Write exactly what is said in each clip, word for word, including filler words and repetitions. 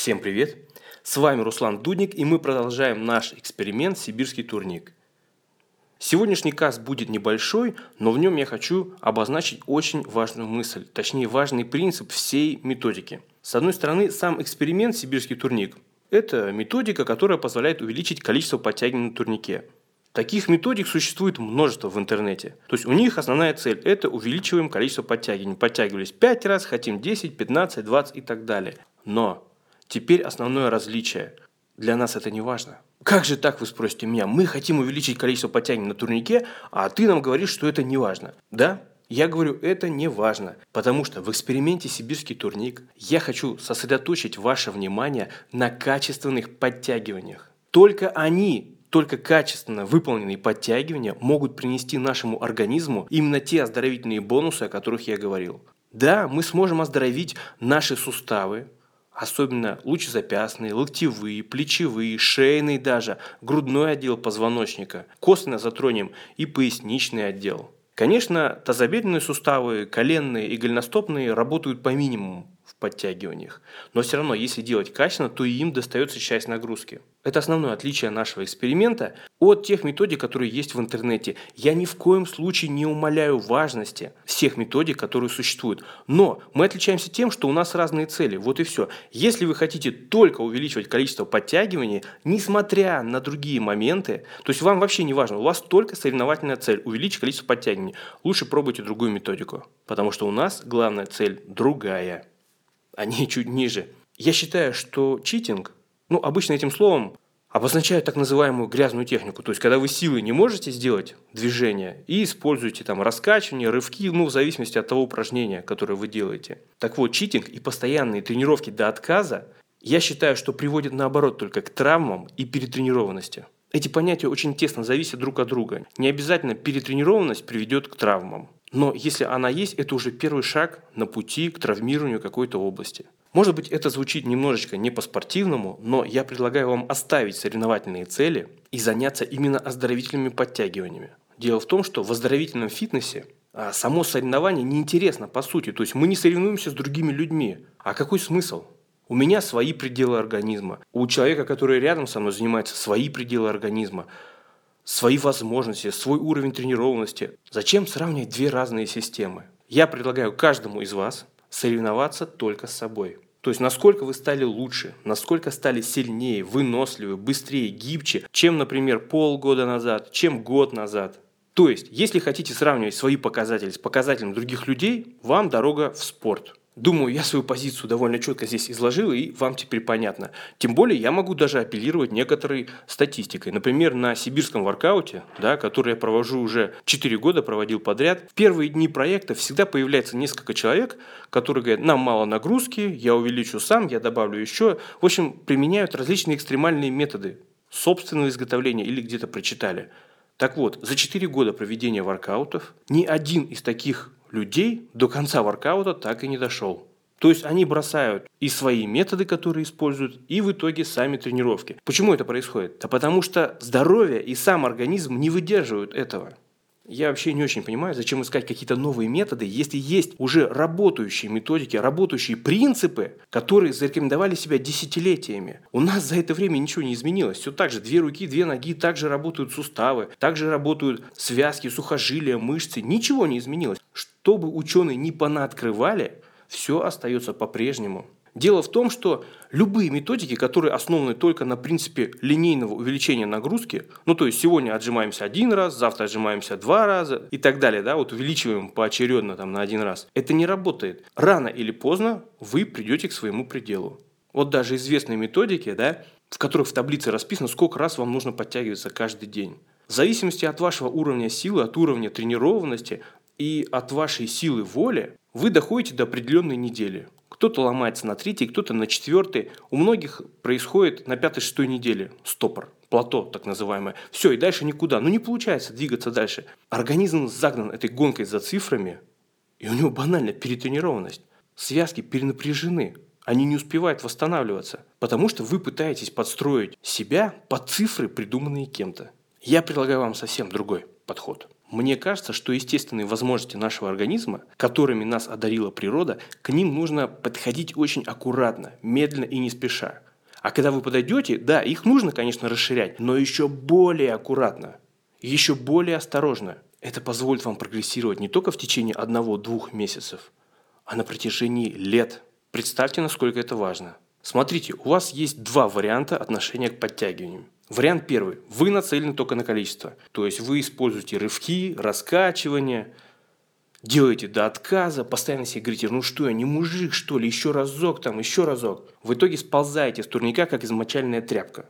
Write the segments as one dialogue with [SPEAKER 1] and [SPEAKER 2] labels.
[SPEAKER 1] Всем привет! С вами Руслан Дудник, и мы продолжаем наш эксперимент «Сибирский турник». Сегодняшний каст будет небольшой, но в нем я хочу обозначить очень важную мысль, точнее важный принцип всей методики. С одной стороны, сам эксперимент «Сибирский турник» – это методика, которая позволяет увеличить количество подтягиваний на турнике. Таких методик существует множество в интернете. То есть у них основная цель – это увеличиваем количество подтягиваний. Подтягивались пять раз, хотим десять, пятнадцать, двадцать и так далее. Но теперь основное различие. Для нас это не важно. Как же так, вы спросите меня? Мы хотим увеличить количество подтягиваний на турнике, а ты нам говоришь, что это не важно. Да? Я говорю, это не важно, потому что в эксперименте «Сибирский турник» я хочу сосредоточить ваше внимание на качественных подтягиваниях. Только они... Только качественно выполненные подтягивания могут принести нашему организму именно те оздоровительные бонусы, о которых я говорил. Да, мы сможем оздоровить наши суставы, особенно лучезапястные, локтевые, плечевые, шейные даже, грудной отдел позвоночника. Косвенно затронем и поясничный отдел. Конечно, тазобедренные суставы, коленные и голеностопные работают по минимуму в подтягиваниях. Но все равно, если делать качественно, то и им достается часть нагрузки. Это основное отличие нашего эксперимента от тех методик, которые есть в интернете. Я ни в коем случае не умаляю важности всех методик, которые существуют. Но мы отличаемся тем, что у нас разные цели. Вот и все. Если вы хотите только увеличивать количество подтягиваний, несмотря на другие моменты, то есть вам вообще не важно, у вас только соревновательная цель – увеличить количество подтягиваний. Лучше пробуйте другую методику, потому что у нас главная цель другая. Они чуть ниже. Я считаю, что читинг, ну, обычно этим словом обозначают так называемую грязную технику. То есть, когда вы силой не можете сделать движение и используете там раскачивание, рывки, ну, в зависимости от того упражнения, которое вы делаете. Так вот, читинг и постоянные тренировки до отказа, я считаю, что приводят наоборот только к травмам и перетренированности. Эти понятия очень тесно зависят друг от друга. Не обязательно перетренированность приведет к травмам. Но если она есть, это уже первый шаг на пути к травмированию какой-то области. Может быть, это звучит немножечко не по-спортивному, но я предлагаю вам оставить соревновательные цели и заняться именно оздоровительными подтягиваниями. Дело в том, что в оздоровительном фитнесе а, само соревнование неинтересно по сути. То есть мы не соревнуемся с другими людьми. А какой смысл? У меня свои пределы организма. У человека, который рядом со мной занимается, свои пределы организма. Свои возможности, свой уровень тренированности. Зачем сравнивать две разные системы? Я предлагаю каждому из вас соревноваться только с собой. То есть, насколько вы стали лучше, насколько стали сильнее, выносливее, быстрее, гибче, чем, например, полгода назад, чем год назад. То есть, если хотите сравнивать свои показатели с показателями других людей, вам дорога в спорт. Думаю, я свою позицию довольно четко здесь изложил, и вам теперь понятно. Тем более, я могу даже апеллировать некоторой статистикой. Например, на сибирском воркауте, да, который я провожу уже четыре года, проводил подряд, в первые дни проекта всегда появляется несколько человек, которые говорят, нам мало нагрузки, я увеличу сам, я добавлю еще. В общем, применяют различные экстремальные методы собственного изготовления или где-то прочитали. Так вот, за четыре года проведения воркаутов ни один из таких людей до конца воркаута так и не дошел. То есть они бросают и свои методы, которые используют, и в итоге сами тренировки. Почему это происходит? Да потому что здоровье и сам организм не выдерживают этого. Я вообще не очень понимаю, зачем искать какие-то новые методы, если есть уже работающие методики, работающие принципы, которые зарекомендовали себя десятилетиями. У нас за это время ничего не изменилось. Все так же, две руки, две ноги, также работают суставы, также работают связки, сухожилия, мышцы. Ничего не изменилось. Что бы ученые ни понаоткрывали, все остается по-прежнему. Дело в том, что любые методики, которые основаны только на принципе линейного увеличения нагрузки, ну то есть сегодня отжимаемся один раз, завтра отжимаемся два раза и так далее, да, вот увеличиваем поочередно там на один раз, это не работает. Рано или поздно вы придете к своему пределу. Вот даже известные методики, да, в которых в таблице расписано, сколько раз вам нужно подтягиваться каждый день. В зависимости от вашего уровня силы, от уровня тренированности и от вашей силы воли, вы доходите до определенной недели. Кто-то ломается на третьей, кто-то на четвертой. У многих происходит на пятой-шестой неделе стопор, плато так называемое. Все, и дальше никуда. Ну не получается двигаться дальше. Организм загнан этой гонкой за цифрами, и у него банально перетренированность. Связки перенапряжены. Они не успевают восстанавливаться, потому что вы пытаетесь подстроить себя под цифры, придуманные кем-то. Я предлагаю вам совсем другой подход. Мне кажется, что естественные возможности нашего организма, которыми нас одарила природа, к ним нужно подходить очень аккуратно, медленно и не спеша. А когда вы подойдете, да, их нужно, конечно, расширять, но еще более аккуратно, еще более осторожно. Это позволит вам прогрессировать не только в течение одного-двух месяцев, а на протяжении лет. Представьте, насколько это важно. Смотрите, у вас есть два варианта отношения к подтягиваниям. Вариант первый. Вы нацелены только на количество. То есть вы используете рывки, раскачивания, делаете до отказа, постоянно себе говорите, ну что я, не мужик, что ли, еще разок там, еще разок. В итоге сползаете с турника, как измочальная тряпка.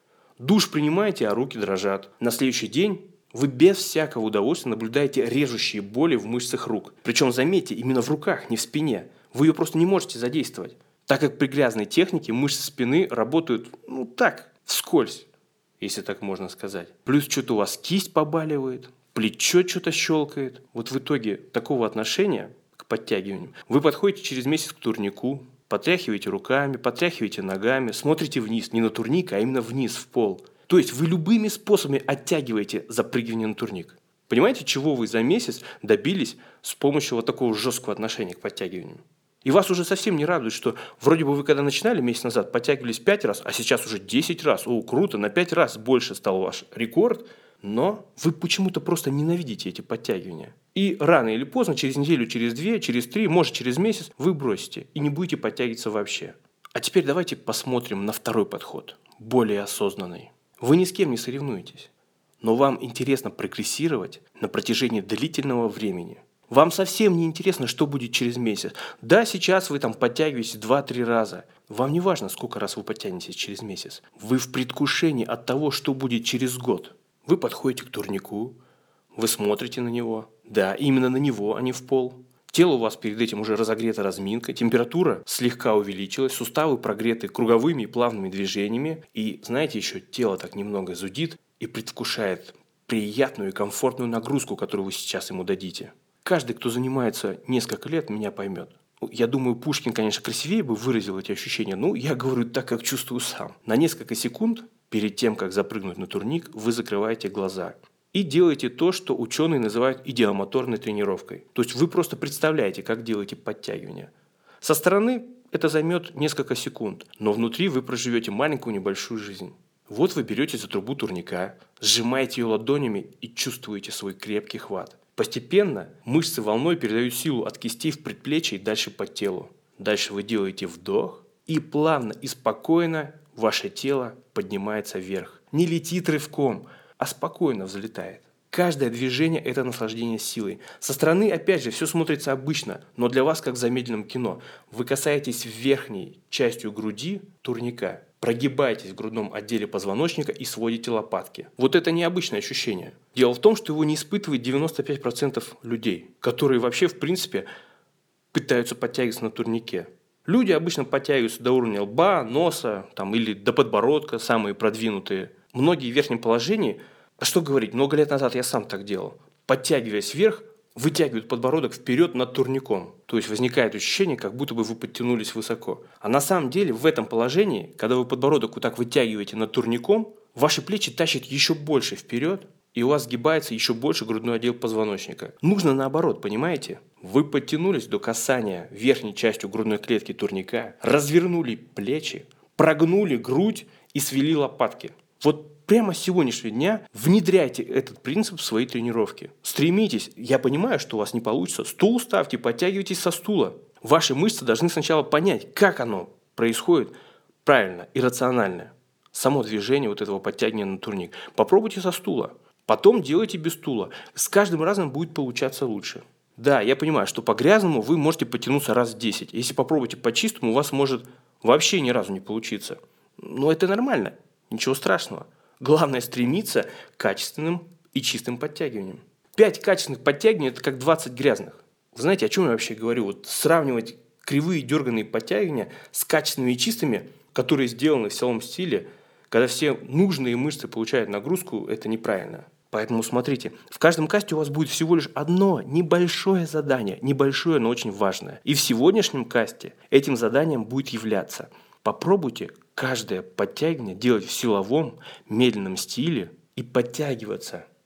[SPEAKER 1] Душ принимаете, а руки дрожат. На следующий день вы без всякого удовольствия наблюдаете режущие боли в мышцах рук. Причем, заметьте, именно в руках, не в спине. Вы ее просто не можете задействовать. Так как при грязной технике мышцы спины работают, ну так, вскользь, если так можно сказать. Плюс что-то у вас кисть побаливает, плечо что-то щелкает. Вот в итоге такого отношения к подтягиваниям вы подходите через месяц к турнику, потряхиваете руками, потряхиваете ногами, смотрите вниз, не на турник, а именно вниз, в пол. То есть вы любыми способами оттягиваете запрыгивание на турник. Понимаете, чего вы за месяц добились с помощью вот такого жесткого отношения к подтягиванию? И вас уже совсем не радует, что вроде бы вы когда начинали месяц назад, подтягивались пять раз, а сейчас уже десять раз. О, круто, на пять раз больше стал ваш рекорд. Но вы почему-то просто ненавидите эти подтягивания. И рано или поздно, через неделю, через две, через три, может через месяц, вы бросите и не будете подтягиваться вообще. А теперь давайте посмотрим на второй подход, более осознанный. Вы ни с кем не соревнуетесь, но вам интересно прогрессировать на протяжении длительного времени. Вам совсем не интересно, что будет через месяц. Да, сейчас вы там подтягиваетесь два-три раза. Вам не важно, сколько раз вы подтянетесь через месяц. Вы в предвкушении от того, что будет через год. Вы подходите к турнику, вы смотрите на него. Да, именно на него, а не в пол. Тело у вас перед этим уже разогрето разминкой, температура слегка увеличилась, суставы прогреты круговыми и плавными движениями. И, знаете, еще тело так немного зудит и предвкушает приятную и комфортную нагрузку, которую вы сейчас ему дадите. Каждый, кто занимается несколько лет, меня поймет. Я думаю, Пушкин, конечно, красивее бы выразил эти ощущения, но я говорю так, как чувствую сам. На несколько секунд перед тем, как запрыгнуть на турник, вы закрываете глаза и делаете то, что ученые называют идеомоторной тренировкой. То есть вы просто представляете, как делаете подтягивания. Со стороны это займет несколько секунд, но внутри вы проживете маленькую небольшую жизнь. Вот вы берете за трубу турника, сжимаете ее ладонями и чувствуете свой крепкий хват. Постепенно мышцы волной передают силу от кистей в предплечье и дальше по телу. Дальше вы делаете вдох, и плавно и спокойно ваше тело поднимается вверх. Не летит рывком, а спокойно взлетает. Каждое движение – это наслаждение силой. Со стороны, опять же, все смотрится обычно, но для вас, как в замедленном кино. Вы касаетесь верхней частью груди турника, прогибаетесь в грудном отделе позвоночника и сводите лопатки. Вот это необычное ощущение. Дело в том, что его не испытывает девяносто пять процентов людей, которые вообще, в принципе, пытаются подтягиваться на турнике. Люди обычно подтягиваются до уровня лба, носа там, или до подбородка, самые продвинутые. Многие в верхнем положении, а что говорить, много лет назад я сам так делал, подтягиваясь вверх, вытягивают подбородок вперед над турником. То есть возникает ощущение, как будто бы вы подтянулись высоко. А на самом деле в этом положении, когда вы подбородок вот так вытягиваете над турником, ваши плечи тащат еще больше вперед, и у вас сгибается еще больше грудной отдел позвоночника. Нужно наоборот, понимаете? Вы подтянулись до касания верхней частью грудной клетки турника, развернули плечи, прогнули грудь и свели лопатки. Вот прямо с сегодняшнего дня внедряйте этот принцип в свои тренировки. Стремитесь, я понимаю, что у вас не получится, стул ставьте, подтягивайтесь со стула. Ваши мышцы должны сначала понять, как оно происходит правильно и рационально. Само движение вот этого подтягивания на турник. Попробуйте со стула. Потом делайте без стула. С каждым разом будет получаться лучше. Да, я понимаю, что по грязному вы можете потянуться раз в десять. Если попробуйте по чистому, у вас может вообще ни разу не получиться. Но это нормально, ничего страшного. Главное стремиться к качественным и чистым подтягиваниям. пять качественных подтягиваний – это как двадцать грязных. Вы знаете, о чем я вообще говорю? Вот сравнивать кривые дерганные подтягивания с качественными и чистыми, которые сделаны в силовом стиле, когда все нужные мышцы получают нагрузку, это неправильно. Поэтому смотрите, в каждом касте у вас будет всего лишь одно небольшое задание, небольшое, но очень важное. И в сегодняшнем касте этим заданием будет являться: попробуйте каждое подтягивание делать в силовом, медленном стиле и подтягиваться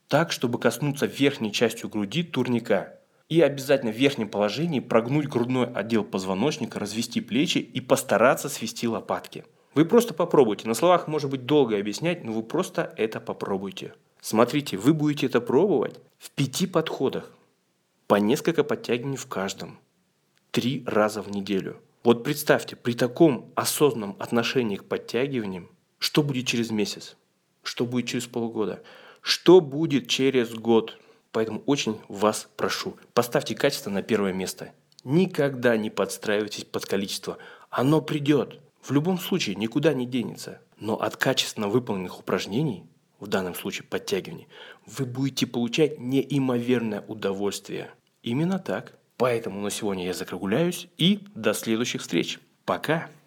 [SPEAKER 1] так, чтобы коснуться верхней частью груди турника. И обязательно в верхнем положении прогнуть грудной отдел позвоночника, развести плечи и постараться свести лопатки. Вы просто попробуйте. На словах может быть долго объяснять, но вы просто это попробуйте. Смотрите, вы будете это пробовать в пяти подходах. По несколько подтягиваний в каждом. Три раза в неделю. Вот представьте, при таком осознанном отношении к подтягиваниям, что будет через месяц, что будет через полгода, что будет через год. Поэтому очень вас прошу, поставьте качество на первое место. Никогда не подстраивайтесь под количество. Оно придет. В любом случае никуда не денется. Но от качественно выполненных упражнений, в данном случае подтягиваний, вы будете получать неимоверное удовольствие. Именно так. Поэтому на сегодня я закругляюсь и до следующих встреч. Пока!